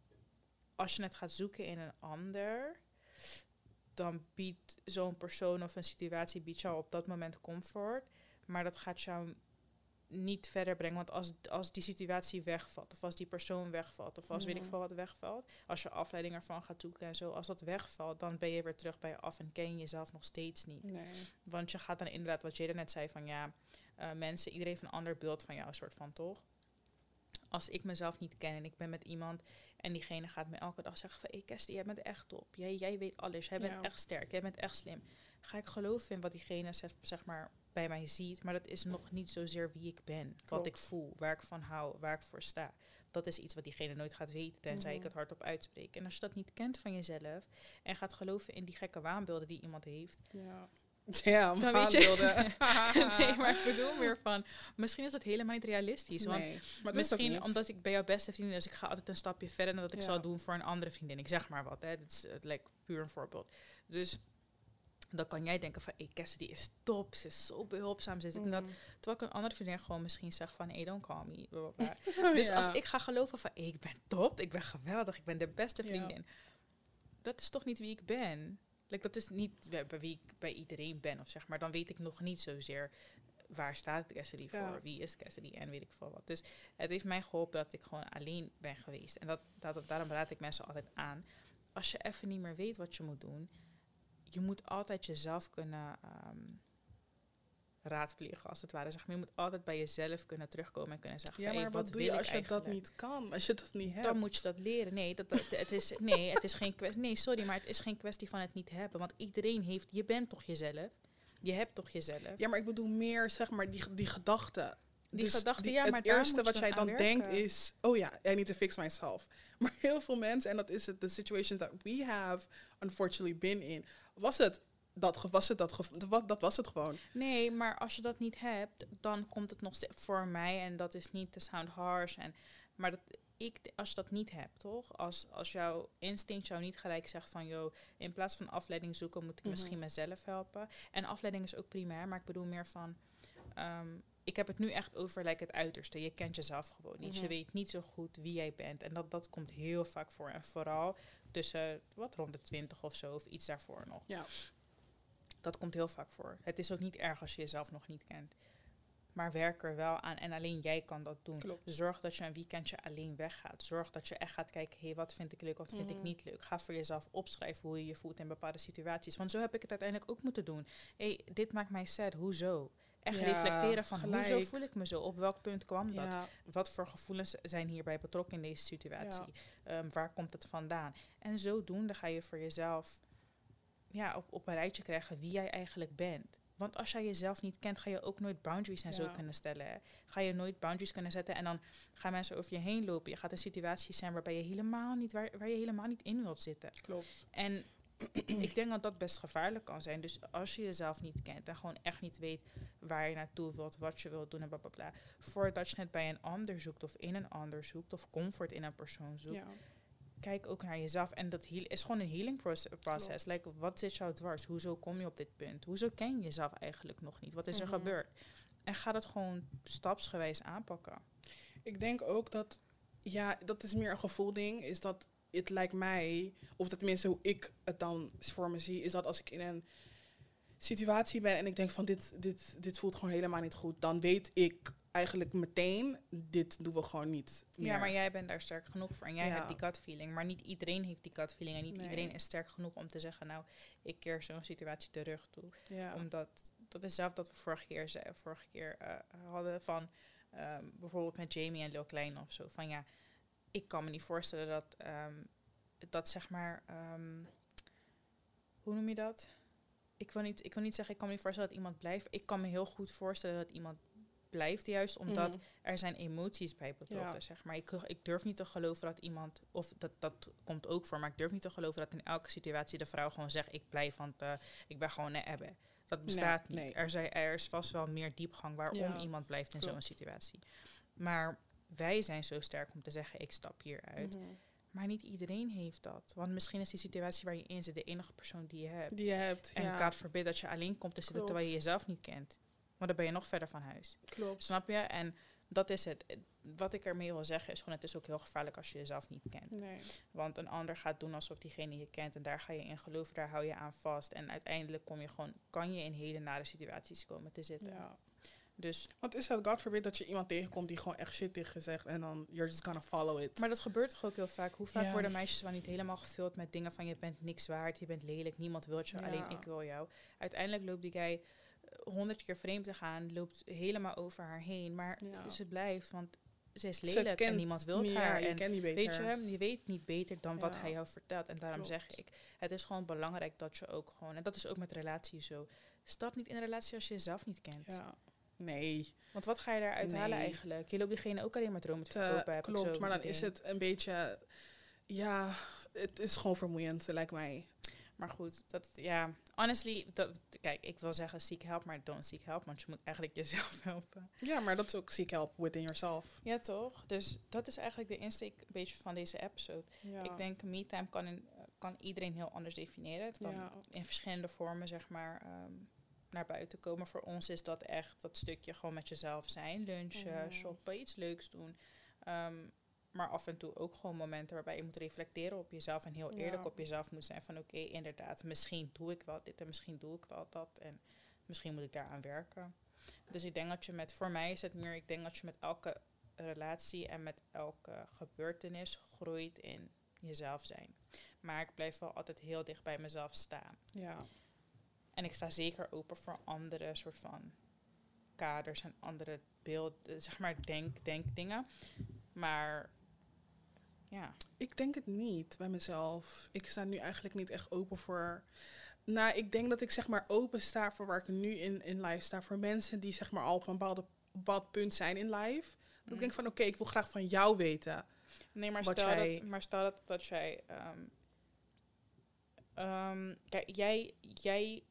als je het gaat zoeken in een ander, dan biedt zo'n persoon of een situatie biedt jou op dat moment comfort, maar dat gaat jou niet verder brengen. Want als, als die situatie wegvalt, of als die persoon wegvalt, of als mm-hmm. weet ik veel wat wegvalt, als je afleiding ervan gaat zoeken en zo, als dat wegvalt, dan ben je weer terug bij je af en ken je jezelf nog steeds niet. Nee. Want je gaat dan inderdaad, wat Jada net zei, van ja, uh, mensen, iedereen heeft een ander beeld van jou, soort van, toch? Als ik mezelf niet ken en ik ben met iemand en diegene gaat me elke dag zeggen van, hé, hey, Kestie, jij bent echt top. Jij, jij weet alles. Jij bent ja. echt sterk. Jij bent echt slim. Ga ik geloven in wat diegene zeg, zeg maar bij mij ziet. Maar dat is nog niet zozeer wie ik ben. Klopt. Wat ik voel. Waar ik van hou. Waar ik voor sta. Dat is iets wat diegene nooit gaat weten. Tenzij mm-hmm. ik het hardop uitspreek. En als je dat niet kent van jezelf en gaat geloven in die gekke waanbeelden die iemand heeft. Ja. Ja, dan weet je. Nee, maar ik bedoel meer van, misschien is dat helemaal niet realistisch. Want nee, maar misschien niet. Omdat ik bij jouw beste vriendin, dus ik ga altijd een stapje verder dan dat ik ja. zou doen voor een andere vriendin. Ik zeg maar wat, hè. Dat is uh, like, puur een voorbeeld. Dus dan kan jij denken van, hé, hey, Cassie, die is top, ze is zo behulpzaam, ze is mm. dat. Terwijl ik een andere vriendin gewoon misschien zeg van, hé, hey, don't call me. Oh, dus ja. als ik ga geloven van, hé, hey, ik ben top, ik ben geweldig, ik ben de beste vriendin. Ja. Dat is toch niet wie ik ben? Like, dat is niet bij wie ik bij iedereen ben, of zeg maar. Dan weet ik nog niet zozeer waar staat Cassidy voor, ja. wie is Cassidy en weet ik veel wat. Dus het heeft mij geholpen dat ik gewoon alleen ben geweest. En dat, dat, daarom raad ik mensen altijd aan. Als je even niet meer weet wat je moet doen, je moet altijd jezelf kunnen um, raadplegen, als het ware. Zeg maar, je moet altijd bij jezelf kunnen terugkomen en kunnen zeggen, ja, van, maar hey, wat, wat doe wil je als ik je eigenlijk? dat niet kan, als je dat niet hebt? Dan moet je dat leren. Nee, dat, dat, het is, nee, het is geen kwestie. Nee, sorry, maar het is geen kwestie van het niet hebben. Want iedereen heeft, je bent toch jezelf? Je hebt toch jezelf? Ja, maar ik bedoel meer, zeg maar, die, die gedachten. Die dus gedachten, die, ja, maar het daar eerste moet wat je jij dan dan denkt werken. is, oh ja, I need to fix myself. Maar heel veel mensen, en dat is het, de situation that we have unfortunately been in, was het dat, was het dat, dat, dat was het gewoon. Nee, maar als je dat niet hebt, dan komt het nog steeds voor mij, en dat is niet te sound harsh, en, maar dat, ik, als je dat niet hebt, toch? Als, als jouw instinct jou niet gelijk zegt van, yo, in plaats van afleiding zoeken, moet ik mm-hmm. misschien mezelf helpen. En afleiding is ook primair, maar ik bedoel meer van, um, ik heb het nu echt over like, het uiterste. Je kent jezelf gewoon niet. Mhm. Je weet niet zo goed wie jij bent. En dat, dat komt heel vaak voor. En vooral tussen, wat, rond de twintig of zo. Of iets daarvoor nog. Ja. Dat komt heel vaak voor. Het is ook niet erg als je jezelf nog niet kent. Maar werk er wel aan. En alleen jij kan dat doen. Klopt. Zorg dat je een weekendje alleen weggaat. Zorg dat je echt gaat kijken, hé, hey, wat vind ik leuk, wat vind Mhm. ik niet leuk. Ga voor jezelf opschrijven hoe je je voelt in bepaalde situaties. Want zo heb ik het uiteindelijk ook moeten doen. Hé, hey, dit maakt mij sad, hoezo? Echt Ja, reflecteren van, gelijk. hoezo voel ik me zo? Op welk punt kwam dat? Ja. Wat voor gevoelens zijn hierbij betrokken in deze situatie? Ehm, waar komt het vandaan? En zodoende ga je voor jezelf ja, op, op een rijtje krijgen wie jij eigenlijk bent. Want als jij jezelf niet kent, ga je ook nooit boundaries en zo Ja. kunnen stellen. Hè. Ga je nooit boundaries kunnen zetten en dan gaan mensen over je heen lopen. Je gaat in situaties zijn waarbij je helemaal niet, waar, waar je helemaal niet in wilt zitten. Klopt. En ik denk dat dat best gevaarlijk kan zijn. Dus als je jezelf niet kent en gewoon echt niet weet waar je naartoe wilt, wat je wilt doen en blablabla. Voordat je het bij een ander zoekt of in een ander zoekt of comfort in een persoon zoekt. Ja. Kijk ook naar jezelf. En dat heal is gewoon een healing proce- process. Klopt. Like, wat zit jou dwars? Hoezo kom je op dit punt? Hoezo ken je jezelf eigenlijk nog niet? Wat is er Mhm. gebeurd? En ga dat gewoon stapsgewijs aanpakken. Ik denk ook dat, ja, dat is meer een gevoelding, is dat het lijkt mij, of dat tenminste hoe ik het dan voor me zie, is dat als ik in een situatie ben en ik denk van dit, dit, dit voelt gewoon helemaal niet goed, dan weet ik eigenlijk meteen, dit doen we gewoon niet meer. Ja, maar jij bent daar sterk genoeg voor. En jij Ja. hebt die gut feeling. Maar niet iedereen heeft die gut feeling. En niet Nee. iedereen is sterk genoeg om te zeggen, nou, ik keer zo'n situatie de rug toe. Ja. Omdat, dat is zelf dat we vorige keer, zei, vorige keer eh, hadden van, ehm, bijvoorbeeld met Jamie en Lil Klein of zo. Van ja, ik kan me niet voorstellen dat, ehm, dat zeg maar, ehm, hoe noem je dat? Ik wil, niet, ik wil niet zeggen, ik kan me niet voorstellen dat iemand blijft. Ik kan me heel goed voorstellen dat iemand blijft, juist omdat Mhm. er zijn emoties bij betrokken, Ja. zeg maar. Ik, ik durf niet te geloven dat iemand, of dat, dat komt ook voor, maar ik durf niet te geloven dat in elke situatie de vrouw gewoon zegt, ik blijf, want uh, ik ben gewoon een ebbe. Dat bestaat Nee, niet. nee. Er, zijn, er is vast wel meer diepgang waarom Ja, iemand blijft in klopt. zo'n situatie. Maar wij zijn zo sterk om te zeggen, ik stap hieruit. Mhm. Maar niet iedereen heeft dat. Want misschien is die situatie waar je in zit de enige persoon die je hebt. Die je hebt, En ja. God forbid dat je alleen komt te zitten Klopt. terwijl je jezelf niet kent. Maar dan ben je nog verder van huis. Klopt. Snap je? En dat is het. Wat ik ermee wil zeggen is gewoon, het is ook heel gevaarlijk als je jezelf niet kent. Nee. Want een ander gaat doen alsof diegene je kent en daar ga je in geloven, daar hou je aan vast. En uiteindelijk kom je gewoon, kan je in hele nare situaties komen te zitten. Ja. Dus, Want is het God forbid dat je iemand tegenkomt die gewoon echt shit heeft gezegd en dan you're just gonna follow it. maar dat gebeurt toch ook heel vaak. Hoe vaak Ja. worden meisjes wel niet helemaal gevuld met dingen van je bent niks waard, je bent lelijk, niemand wil je, Ja. alleen ik wil jou. Uiteindelijk loopt die guy honderd keer vreemd te gaan, loopt helemaal over haar heen. Maar Ja. ze blijft, want ze is Ze lelijk en kent niemand wil niet- haar. Ja, je en kent niet beter. weet je, je weet niet beter dan wat Ja. hij jou vertelt. En daarom Klopt. zeg ik, het is gewoon belangrijk dat je ook gewoon, en dat is ook met relaties zo, stap niet in een relatie als je jezelf niet kent. Ja. Nee. Want wat ga je daaruit Nee. halen eigenlijk? Je loopt diegene ook alleen maar dromen te Te- verkopen. heb ik zo klopt, maar dan idee. is het een beetje, ja, het is gewoon vermoeiend, lijkt mij. Maar goed, dat, ja, honestly, dat, kijk, ik wil zeggen seek help, maar don't seek help, want je moet eigenlijk jezelf helpen. Ja, maar dat is ook seek help within yourself. Ja, toch? Dus dat is eigenlijk de insteek een beetje van deze episode. Ja. Ik denk, me-time kan, in, kan iedereen heel anders definiëren. Het kan Ja. in verschillende vormen, zeg maar, ehm, naar buiten komen. Voor ons is dat echt dat stukje gewoon met jezelf zijn. Lunchen, Mhm. shoppen, iets leuks doen. Ehm, maar af en toe ook gewoon momenten waarbij je moet reflecteren op jezelf. En heel Ja. eerlijk op jezelf moet zijn van oké, inderdaad, misschien doe ik wel dit en misschien doe ik wel dat. En misschien moet ik daaraan werken. Dus ik denk dat je met, voor mij is het meer, ik denk dat je met elke relatie en met elke gebeurtenis groeit in jezelf zijn. Maar ik blijf wel altijd heel dicht bij mezelf staan. Ja. En ik sta zeker open voor andere soort van kaders en andere beelden, zeg maar denk, denkdingen. Maar ja, Ik denk het niet bij mezelf. Ik sta nu eigenlijk niet echt open voor. Nou, ik denk dat ik zeg maar open sta voor waar ik nu in, in life sta. Voor mensen die zeg maar al op een bepaalde, bepaald punt zijn in life. Dat Mm. ik denk van oké, ik wil graag van jou weten. nee, maar Wat stel, jij- dat, maar stel dat, dat jij, ehm, ehm, kijk, jij, jij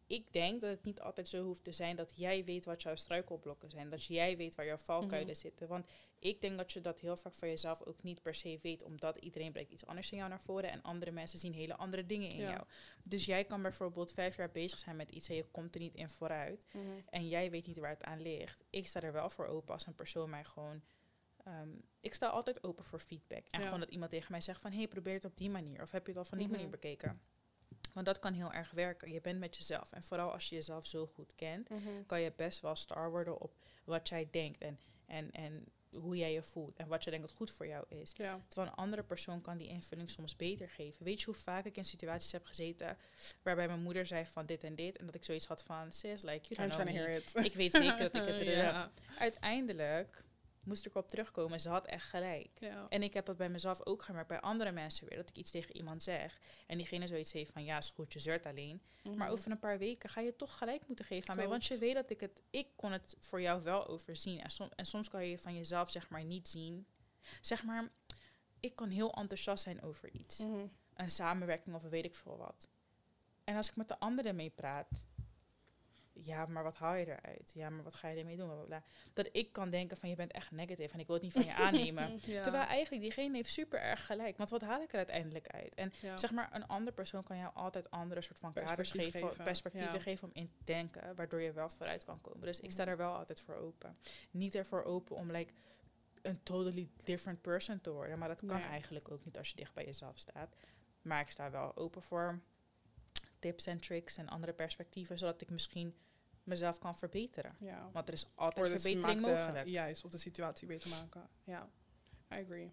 ik denk dat het niet altijd zo hoeft te zijn dat jij weet wat jouw struikelblokken zijn. Dat jij weet waar jouw valkuilen Mm-hmm. zitten. Want ik denk dat je dat heel vaak van jezelf ook niet per se weet. Omdat iedereen brengt iets anders in jou naar voren. En andere mensen zien hele andere dingen in Ja. jou. Dus jij kan bijvoorbeeld vijf jaar bezig zijn met iets en je komt er niet in vooruit. Mm-hmm. En jij weet niet waar het aan ligt. Ik sta er wel voor open als een persoon mij gewoon... Um, ik sta altijd open voor feedback. En Ja. gewoon dat iemand tegen mij zegt van... hé, hey, probeer het op die manier. Of heb je het al van die Mhm. manier bekeken? Want dat kan heel erg werken. Je bent met jezelf. En vooral als je jezelf zo goed kent... Mm-hmm. kan je best wel star worden op wat jij denkt. En, en, en hoe jij je voelt. En wat je denkt dat goed voor jou is. Ja. Terwijl een andere persoon kan die invulling soms beter geven. Weet je hoe vaak ik in situaties heb gezeten... waarbij mijn moeder zei van dit en dit... en dat ik zoiets had van... sis, like, you I'm don't trying know to me. hear it. Ik weet zeker dat ik het erin heb. Ja. Uiteindelijk moest ik op terugkomen. Ze had echt gelijk. Ja. En ik heb dat bij mezelf ook gemerkt, bij andere mensen weer. Dat ik iets tegen iemand zeg. En diegene zoiets heeft van, ja, is goed, je zeurt alleen. Mhm. Maar over een paar weken ga je toch gelijk moeten geven aan mij. Klopt. Want je weet dat ik het... Ik kon het voor jou wel overzien. En, som, en soms kan je van jezelf, zeg maar, niet zien. Zeg maar, ik kan heel enthousiast zijn over iets. Mhm. Een samenwerking of weet ik veel wat. En als ik met de anderen mee praat... Ja, maar wat haal je eruit? Ja, maar wat ga je ermee doen? Blablabla. Dat ik kan denken van, je bent echt negatief en ik wil het niet van je aannemen. Ja. Terwijl eigenlijk diegene heeft super erg gelijk. Want wat haal ik er uiteindelijk uit? En Ja. zeg maar, een andere persoon kan jou altijd andere soort van kaders Perspectief geven, geven, perspectieven ja. geven om in te denken, waardoor je wel vooruit kan komen. Dus ik sta Mhm. er wel altijd voor open. Niet ervoor open om like een totally different person te worden. Maar dat kan Nee. eigenlijk ook niet als je dicht bij jezelf staat. Maar ik sta wel open voor tips en tricks en andere perspectieven, zodat ik misschien mezelf kan verbeteren. Ja. Want er is altijd Or dus verbetering maak de- mogelijk. Juist, of de situatie beter maken. Ja, I agree.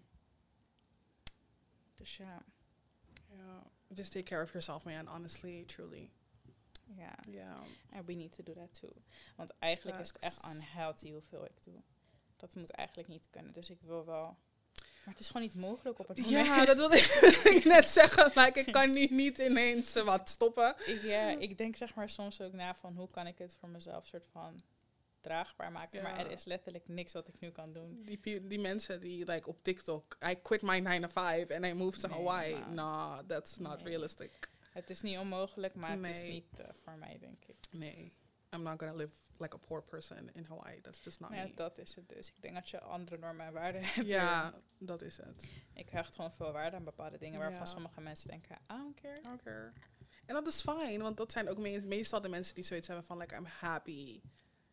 Dus ja, Ja. Just take care of yourself, man. Honestly, truly. ja. Ja. And we need to do that too. Want eigenlijk is het echt Facts. unhealthy hoeveel ik doe. Dat moet eigenlijk niet kunnen. Dus ik wil wel... Maar het is gewoon niet mogelijk op het moment. Ja, dat wilde ik net zeggen. Like, ik kan nu niet ineens eh, wat stoppen. ik, ja, ik denk zeg maar soms ook na van hoe kan ik het voor mezelf soort van draagbaar maken. Ja. Maar er is letterlijk niks wat ik nu kan doen. Die, pe- die mensen die like op TikTok, I quit my nine to five and I moved to Nee, Hawaii. maar- Nah, that's not Nee. realistic. Het is niet onmogelijk, maar het is Nee. niet eh, voor mij, denk ik. Nee, I'm not gonna live like a poor person in Hawaii. That's just not Maar ja, me. dat is het dus. Ik denk dat je andere normen en waarden hebt. Ja, dat is het. Ik hecht gewoon veel waarde aan bepaalde dingen waarvan Ja. sommige mensen denken, I don't care. I don't care. En dat is fijn, want dat zijn ook me- meestal de mensen die zoiets hebben van like I'm happy.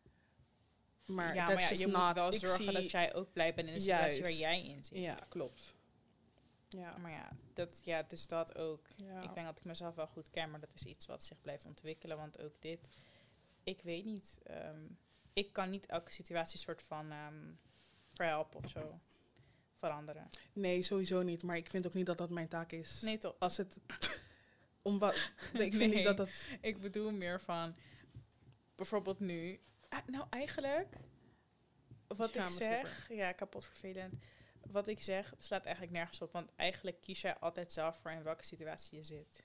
Maar ja, that's maar ja, just je not, moet wel ik zorgen zie- dat jij ook blij bent in de situatie waar Juist. jij in zit. Ja, klopt. Ja. Maar ja, dat, ja, dus dat ook. Ja. Ik denk dat ik mezelf wel goed ken, maar dat is iets wat zich blijft ontwikkelen. Want ook dit, ik weet niet. ehm, ik kan niet elke situatie soort van ehm, verhelpen of zo. Veranderen. Nee, sowieso niet. Maar ik vind ook niet dat dat mijn taak is. Nee, toch? Als het om wat. Nee, ik vind Nee. niet dat dat. Ik bedoel meer van, bijvoorbeeld nu. Ah, nou, eigenlijk, wat Ja, ik mijn zeg, ja, kapot vervelend. Wat ik zeg, het slaat eigenlijk nergens op. Want eigenlijk kies jij altijd zelf voor in welke situatie je zit.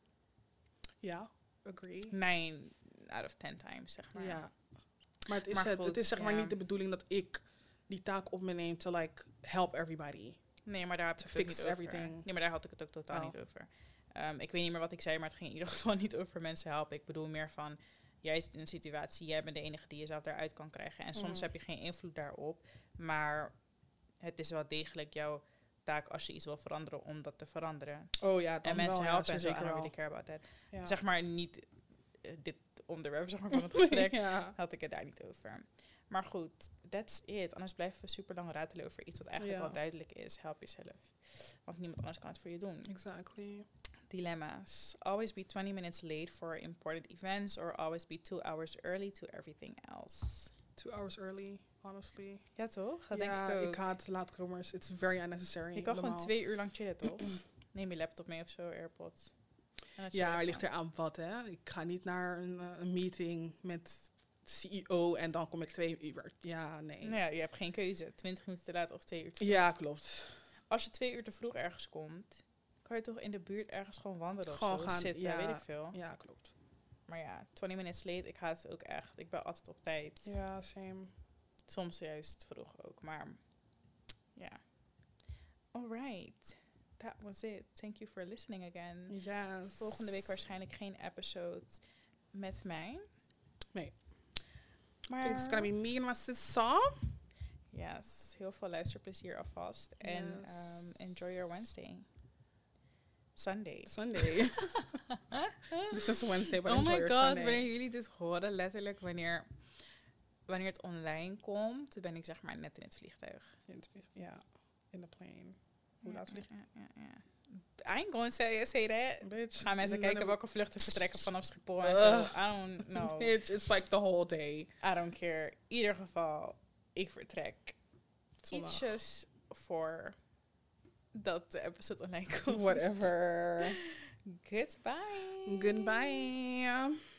Ja, agree. Nine out of ten times, zeg maar. Ja. Maar het is, Maar het, goed, het is zeg maar ja. niet de bedoeling dat ik die taak op me neem to like help everybody. Nee, maar daar heb ik To het ook fix niet over. everything. Nee, maar daar had ik het ook totaal Oh. niet over. Ehm, ik weet niet meer wat ik zei, maar het ging in ieder geval niet over mensen helpen. Ik bedoel meer van, jij zit in een situatie, jij bent de enige die jezelf daaruit kan krijgen. En soms Mhm. heb je geen invloed daarop, maar het is wel degelijk jouw taak als je iets wil veranderen om dat te veranderen. Oh ja, dan En mensen wel, ja, helpen en zo, I zeker don't wel. really care about that. Ja. Zeg maar niet eh, dit onderwerp, zeg maar, van het gesprek. Ja. Had ik het daar niet over. Maar goed, that's it. Anders blijven we super lang ratelen over iets wat eigenlijk Ja. wel duidelijk is. Help jezelf. Want niemand anders kan het voor je doen. Exactly. Dilemma's. Always be twenty minutes late for important events or always be two hours early to everything else. Two hours early, honestly. Ja, toch? Dat ja, denk ik ook. ik haat laatkomers. It's very unnecessary. je kan gewoon allemaal. twee uur lang chillen, toch? Neem je laptop mee of zo, AirPods. En dan chill Ja, je het ligt gewoon. eraan wat, hè. Ik ga niet naar een, eh, een meeting met C E O en dan kom ik twee uur. Ja, nee. Nou ja, je hebt geen keuze. Twintig minuten te laat of twee uur te Ja, klopt. Als je twee uur te vroeg ergens komt, kan je toch in de buurt ergens gewoon wandelen Gewoon of zo, gaan, zitten, ja. weet ik veel. Ja, klopt. Maar ja, twintig minutes late, ik haat het ook echt. Ik ben altijd op tijd. Ja, same. Soms juist vroeg ook, maar ja. Alright, that was it. Thank you for listening again. Yes. Volgende week waarschijnlijk geen episode. met mij. Nee. Maar It's gonna be me and my sister. yes, heel veel luisterplezier alvast. En Yes. um, enjoy your Wednesday. Sunday. Sunday. This is Wednesday, but Oh enjoy my your god, Sunday. wanneer jullie dit horen, letterlijk wanneer, wanneer het online komt, toen ben ik zeg maar net in het vliegtuig. Ja, in the plane. Hoe laat vlieg je? Ja, ja, ja. I ain't going to say, say that. Bitch. Gaan mensen none kijken of- welke vluchten vertrekken vanaf Schiphol en Ugh. zo. I don't know. Bitch, it's like the whole day. I don't care. In ieder geval, ik vertrek Zondag. ietsjes voor dat de episode online komt. Whatever. Goodbye. Goodbye.